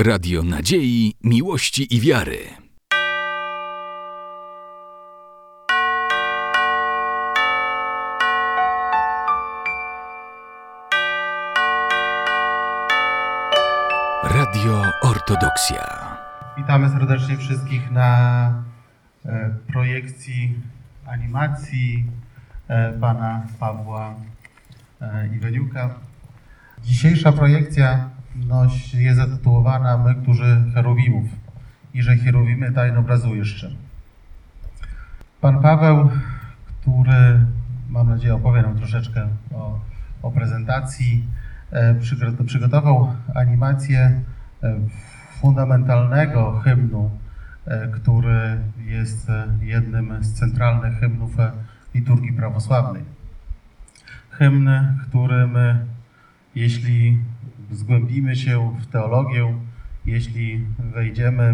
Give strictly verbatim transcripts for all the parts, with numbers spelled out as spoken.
Radio Nadziei, Miłości i Wiary. Radio Ortodoksja. Witamy serdecznie wszystkich na e, projekcji animacji e, pana Pawła e, Iweniuka. Dzisiejsza projekcja noś, jest zatytułowana My, którzy cherubimów i że cherubimy tajno obrazujesz. Pan Paweł, który, mam nadzieję, opowie nam troszeczkę o, o prezentacji, e, przygotował animację e, fundamentalnego hymnu, e, który jest jednym z centralnych hymnów liturgii prawosławnej. Hymn, którym, jeśli zgłębimy się w teologię, jeśli wejdziemy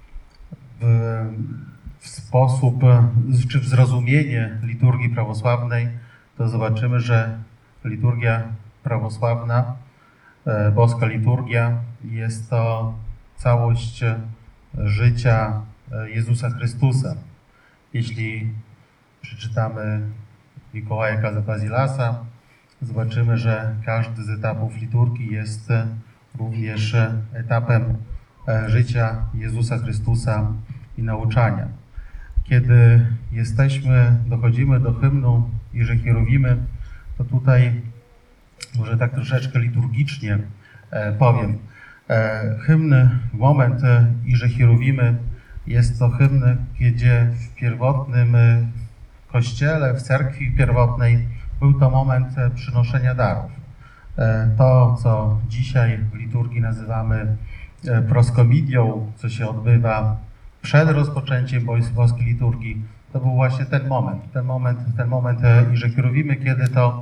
w, w sposób, czy w zrozumienie liturgii prawosławnej, to zobaczymy, że liturgia prawosławna, boska liturgia, jest to całość życia Jezusa Chrystusa. Jeśli przeczytamy Mikołaja Kazabazilasa, zobaczymy, że każdy z etapów liturgii jest również etapem życia Jezusa Chrystusa i nauczania. Kiedy jesteśmy, dochodzimy do hymnu i że cherubimy, to tutaj może tak troszeczkę liturgicznie powiem. Hymn, moment i że cherubimy jest to hymn, gdzie w pierwotnym kościele, w cerkwi pierwotnej był to moment przynoszenia darów. To, co dzisiaj w liturgii nazywamy proskomidią, co się odbywa przed rozpoczęciem boskiej liturgii, to był właśnie ten moment, ten moment, ten moment i że cherubimy, kiedy to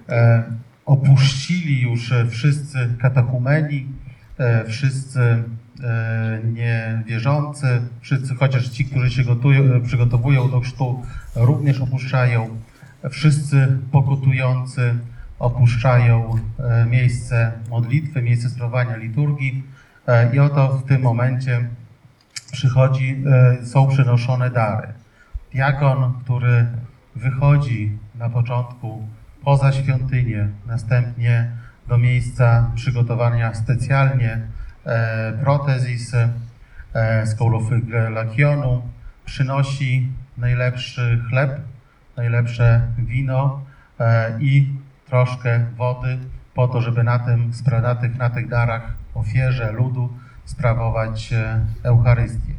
opuścili już wszyscy katechumeni, wszyscy niewierzący, wszyscy, chociaż ci, którzy się gotują, przygotowują do chrztu, również opuszczają. Wszyscy pokutujący opuszczają miejsce modlitwy, miejsce sprawowania liturgii i oto w tym momencie przychodzi, są przynoszone dary. Diakon, który wychodzi na początku poza świątynię, następnie do miejsca przygotowania specjalnie protezis z koulofylakionu, przynosi najlepszy chleb, najlepsze wino i troszkę wody po to, żeby na tym, na tych, na tych darach, ofierze ludu sprawować Eucharystię.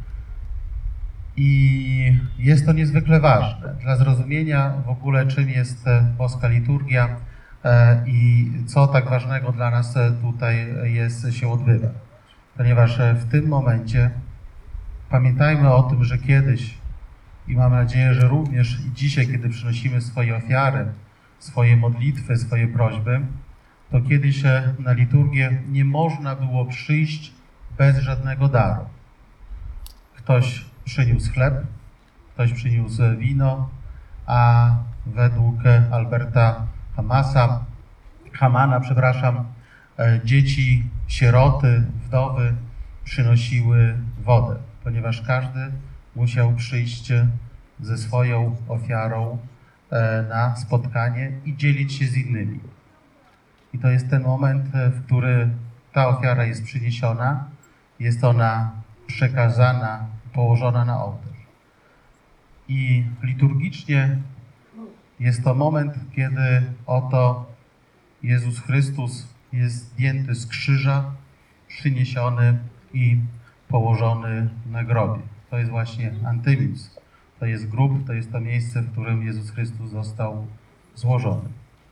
I jest to niezwykle ważne dla zrozumienia w ogóle, czym jest boska liturgia i co tak ważnego dla nas tutaj jest, się odbywa. Ponieważ w tym momencie pamiętajmy o tym, że kiedyś, i mam nadzieję, że również i dzisiaj, kiedy przynosimy swoje ofiary, swoje modlitwy, swoje prośby, to kiedyś na liturgię nie można było przyjść bez żadnego daru. Ktoś przyniósł chleb, ktoś przyniósł wino, a według Alberta Hamasa, Hamana, przepraszam, dzieci, sieroty, wdowy przynosiły wodę, ponieważ każdy musiał przyjść ze swoją ofiarą na spotkanie i dzielić się z innymi. I to jest ten moment, w który ta ofiara jest przyniesiona, jest ona przekazana, położona na ołtarz. I liturgicznie jest to moment, kiedy oto Jezus Chrystus jest zdjęty z krzyża, przyniesiony i położony na grobie. To jest właśnie Antymis. To jest grób, to jest to miejsce, w którym Jezus Chrystus został złożony.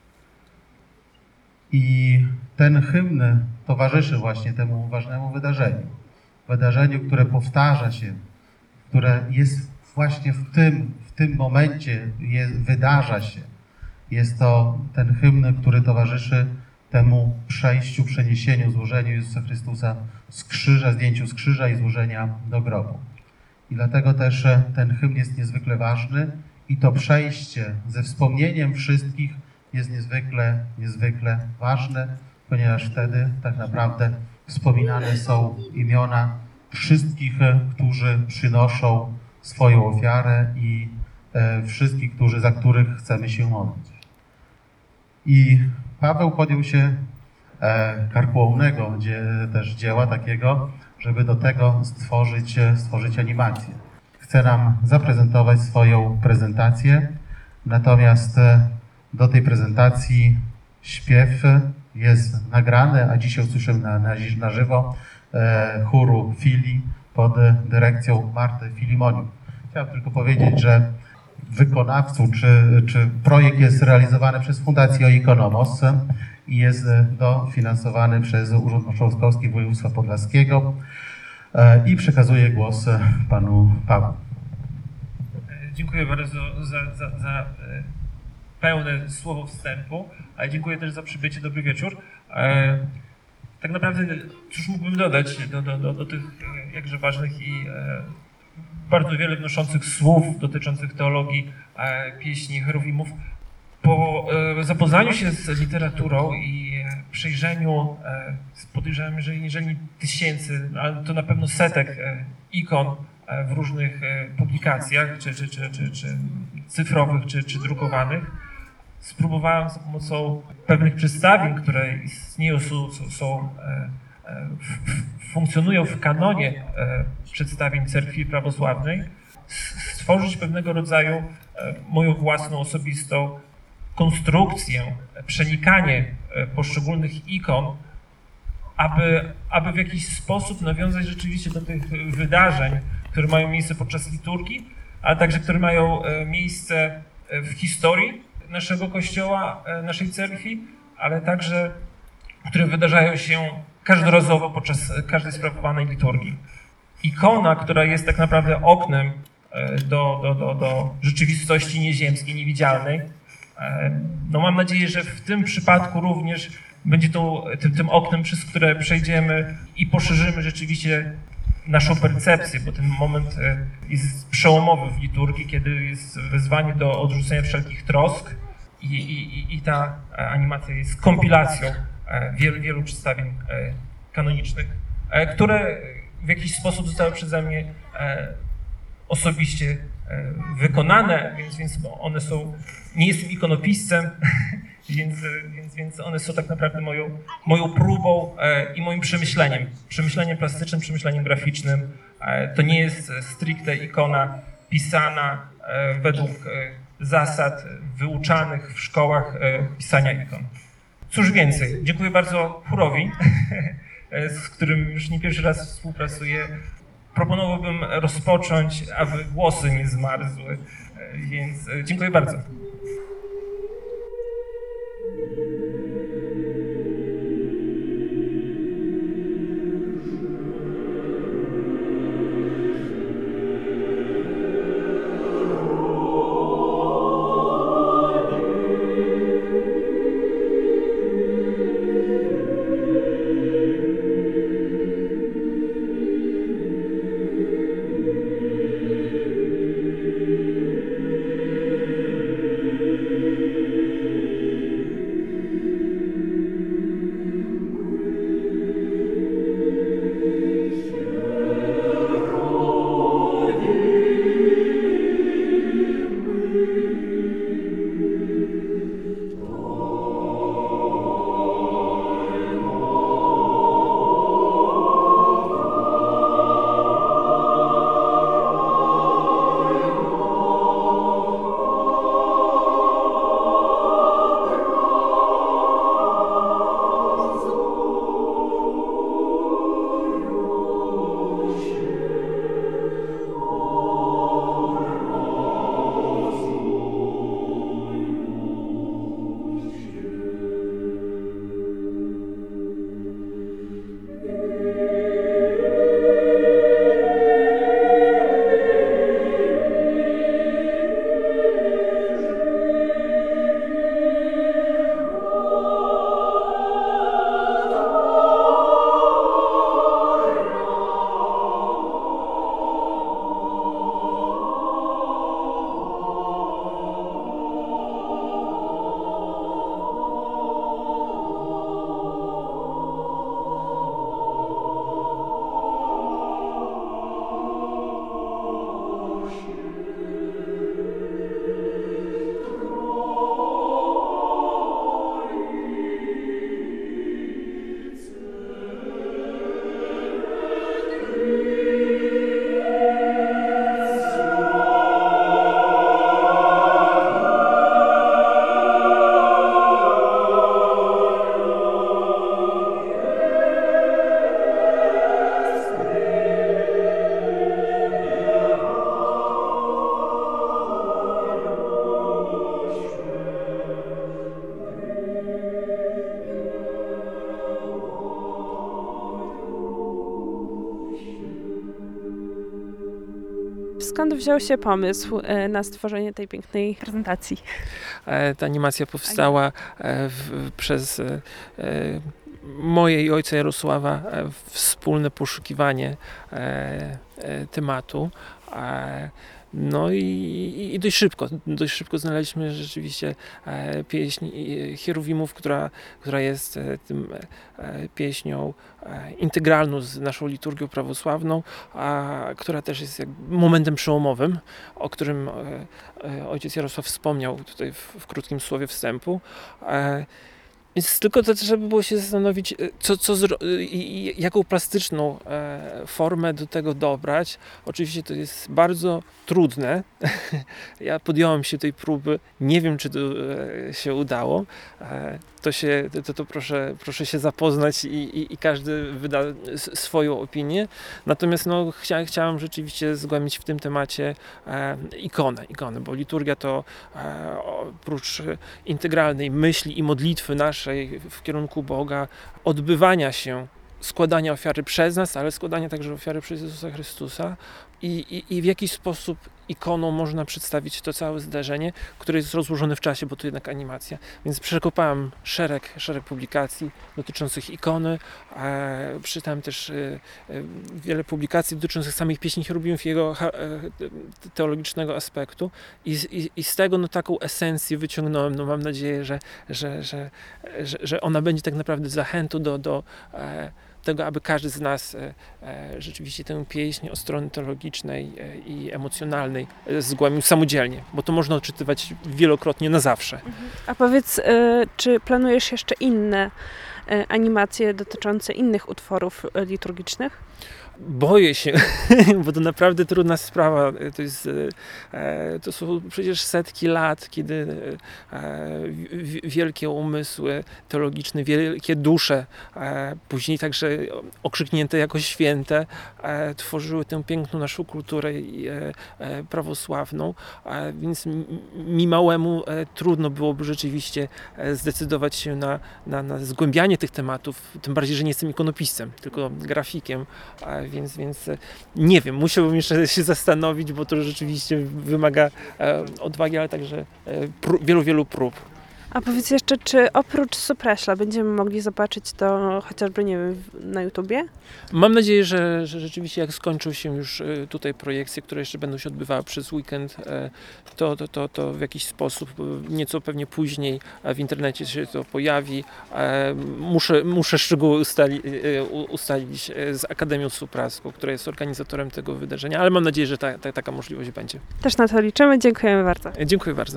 I ten hymn towarzyszy właśnie temu ważnemu wydarzeniu. Wydarzeniu, które powtarza się, które jest właśnie w tym, w tym momencie, jest, wydarza się. Jest to ten hymn, który towarzyszy temu przejściu, przeniesieniu, złożeniu Jezusa Chrystusa z krzyża, zdjęciu z krzyża i złożenia do grobu. I dlatego też ten hymn jest niezwykle ważny i to przejście ze wspomnieniem wszystkich jest niezwykle, niezwykle ważne, ponieważ wtedy tak naprawdę wspominane są imiona wszystkich, którzy przynoszą swoją ofiarę i wszystkich, którzy, za których chcemy się modlić. I Paweł podjął się karkołomnego też dzieła takiego, żeby do tego stworzyć, stworzyć animację. Chce nam zaprezentować swoją prezentację, natomiast do tej prezentacji śpiew jest nagrany, a dzisiaj usłyszymy na, na, na żywo e, chóru Filii pod dyrekcją Marty Filimoniuk. Chciałem tylko powiedzieć, że wykonawcą, czy, czy projekt jest realizowany przez Fundację Oikonomos i jest dofinansowany przez Urząd Marszałkowski Województwa Podlaskiego e, i przekazuję głos panu Pawłu. Dziękuję bardzo za, za, za pełne słowo wstępu, ale dziękuję też za przybycie. Dobry wieczór. E, tak naprawdę cóż mógłbym dodać do, do, do, do tych jakże ważnych i e, bardzo wiele wnoszących słów dotyczących teologii e, pieśni Cherubimów. Po e, zapoznaniu się z literaturą i przejrzeniu, e, podejrzewam, że jeżeli tysięcy, ale to na pewno setek e, ikon e, w różnych e, publikacjach, czy, czy, czy, czy, czy cyfrowych, czy, czy drukowanych, spróbowałem za pomocą pewnych przedstawień, które istnieją, są, są, funkcjonują w kanonie przedstawień cerkwi prawosławnej, stworzyć pewnego rodzaju moją własną, osobistą konstrukcję, przenikanie poszczególnych ikon, aby, aby w jakiś sposób nawiązać rzeczywiście do tych wydarzeń, które mają miejsce podczas liturgii, ale także które mają miejsce w historii naszego Kościoła, naszej cerkwi, ale także, które wydarzają się każdorazowo podczas każdej sprawowanej liturgii. Ikona, która jest tak naprawdę oknem do, do, do, do rzeczywistości nieziemskiej, niewidzialnej. No mam nadzieję, że w tym przypadku również będzie to tym, tym oknem, przez które przejdziemy i poszerzymy rzeczywiście naszą percepcję, bo ten moment jest przełomowy w liturgii, kiedy jest wezwanie do odrzucenia wszelkich trosk i, i, i ta animacja jest kompilacją wielu, wielu przedstawień kanonicznych, które w jakiś sposób zostały przeze mnie osobiście wykonane, więc, więc one są, nie jestem ikonopiscem, więc, więc, więc one są tak naprawdę moją, moją próbą i moim przemyśleniem, przemyśleniem plastycznym, przemyśleniem graficznym. To nie jest stricte ikona pisana według zasad wyuczanych w szkołach pisania ikon. Cóż więcej, dziękuję bardzo chórowi, z którym już nie pierwszy raz współpracuję. Proponowałbym rozpocząć, aby głosy nie zmarzły, więc dziękuję bardzo. skąd wziął się pomysł e, na stworzenie tej pięknej prezentacji? E, Ta animacja powstała e, w, przez e, e, moje i ojca Jarosława e, wspólne poszukiwanie e, e, tematu. E, No i, i dość szybko, dość szybko znaleźliśmy rzeczywiście e, pieśń e, Hierowimów, która, która jest e, tym e, pieśnią e, integralną z naszą liturgią prawosławną, a która też jest jak momentem przełomowym, o którym e, e, ojciec Jarosław wspomniał tutaj w, w krótkim słowie wstępu. E, Więc tylko to, żeby było się zastanowić, co, co zro- i, i jaką plastyczną e, formę do tego dobrać. Oczywiście to jest bardzo trudne. Ja podjąłem się tej próby. Nie wiem, czy to e, się udało. E, to, się, to, to proszę, proszę się zapoznać i, i, i każdy wyda s- swoją opinię. Natomiast no, chcia, chciałem rzeczywiście zgłębić w tym temacie e, ikonę, ikonę, bo liturgia to e, oprócz integralnej myśli i modlitwy naszej w kierunku Boga, odbywania się, składania ofiary przez nas, ale składania także ofiary przez Jezusa Chrystusa i, i, i w jakiś sposób ikoną można przedstawić to całe zdarzenie, które jest rozłożone w czasie, bo to jednak animacja. Więc przekopałem szereg, szereg publikacji dotyczących ikony, e, przeczytałem też e, e, wiele publikacji dotyczących samych pieśni Hierubimów i jego e, teologicznego aspektu i, i, i z tego no, taką esencję wyciągnąłem. No, mam nadzieję, że, że, że, że, że ona będzie tak naprawdę zachętą do, do e, tego, aby każdy z nas e, e, rzeczywiście tę pieśń od strony teologicznej e, i emocjonalnej e, zgłębił samodzielnie, bo to można odczytywać wielokrotnie na zawsze. A powiedz, e, czy planujesz jeszcze inne e, animacje dotyczące innych utworów e, liturgicznych? Boję się, bo to naprawdę trudna sprawa. To jest, e, to są przecież setki lat, kiedy e, wi- wielkie umysły teologiczne, wielkie dusze, e, później także okrzyknięte jako święte, e, tworzyły tę piękną naszą kulturę i, e, e, prawosławną, e, więc m- mi małemu e, trudno byłoby rzeczywiście e, zdecydować się na, na, na zgłębianie tych tematów, tym bardziej, że nie jestem ikonopiscem, tylko grafikiem. E, Więc, więc nie wiem, musiałbym jeszcze się zastanowić, bo to rzeczywiście wymaga e, odwagi, ale także e, pró- wielu, wielu prób. A powiedz jeszcze, czy oprócz Supraśla będziemy mogli zobaczyć to chociażby, nie wiem, w- na YouTubie? Mam nadzieję, że, że rzeczywiście jak skończą się już e, tutaj projekcje, które jeszcze będą się odbywały przez weekend, e, to, to, to, to w jakiś sposób, e, nieco pewnie później e, w internecie się to pojawi. E, Muszę, muszę szczegóły ustali, e, u- ustalić e, z Akademią Supraską, która jest organizatorem tego wydarzenia, ale mam nadzieję, że ta, ta, taka możliwość będzie. Też na to liczymy. Dziękujemy bardzo. E, Dziękuję bardzo.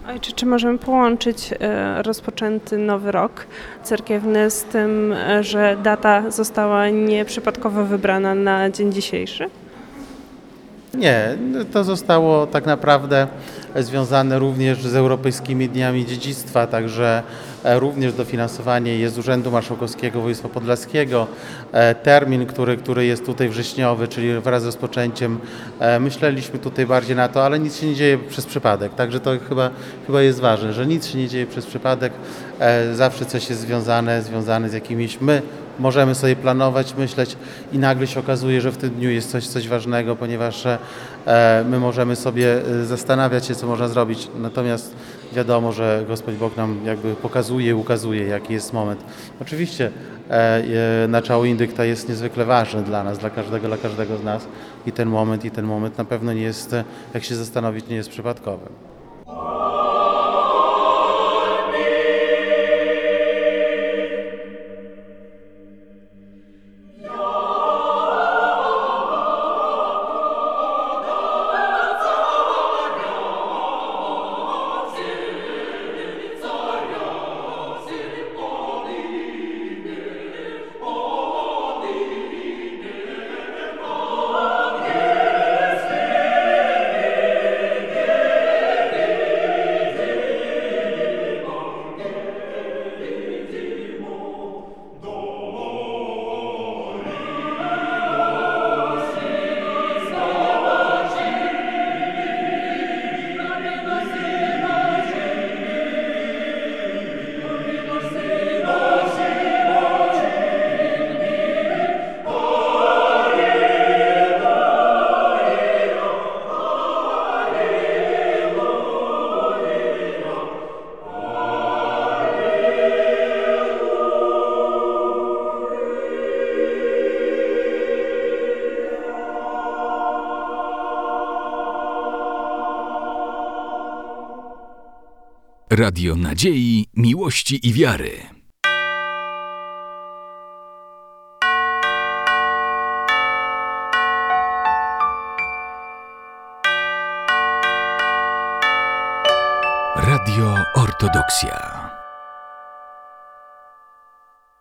Ojcze, czy możemy połączyć e, rozpoczęty nowy rok cerkiewny z tym, e, że data została nieprzypadkowo wybrana na dzień dzisiejszy? Nie, to zostało tak naprawdę związane również z Europejskimi Dniami Dziedzictwa, także również dofinansowanie jest z Urzędu Marszałkowskiego Województwa Podlaskiego. Termin, który, który jest tutaj wrześniowy, czyli wraz z rozpoczęciem, myśleliśmy tutaj bardziej na to, ale nic się nie dzieje przez przypadek, także to chyba, chyba jest ważne, że nic się nie dzieje przez przypadek, zawsze coś jest związane, związane z jakimiś my możemy sobie planować, myśleć i nagle się okazuje, że w tym dniu jest coś, coś ważnego, ponieważ e, my możemy sobie zastanawiać się, co można zrobić, natomiast wiadomo, że Gospodź Bóg nam jakby pokazuje, ukazuje, jaki jest moment. Oczywiście e, na czało indykta jest niezwykle ważny dla nas, dla każdego, dla każdego z nas i ten moment, i ten moment na pewno nie jest, jak się zastanowić, nie jest przypadkowy. Radio Nadziei, Miłości i Wiary. Radio Ortodoksja.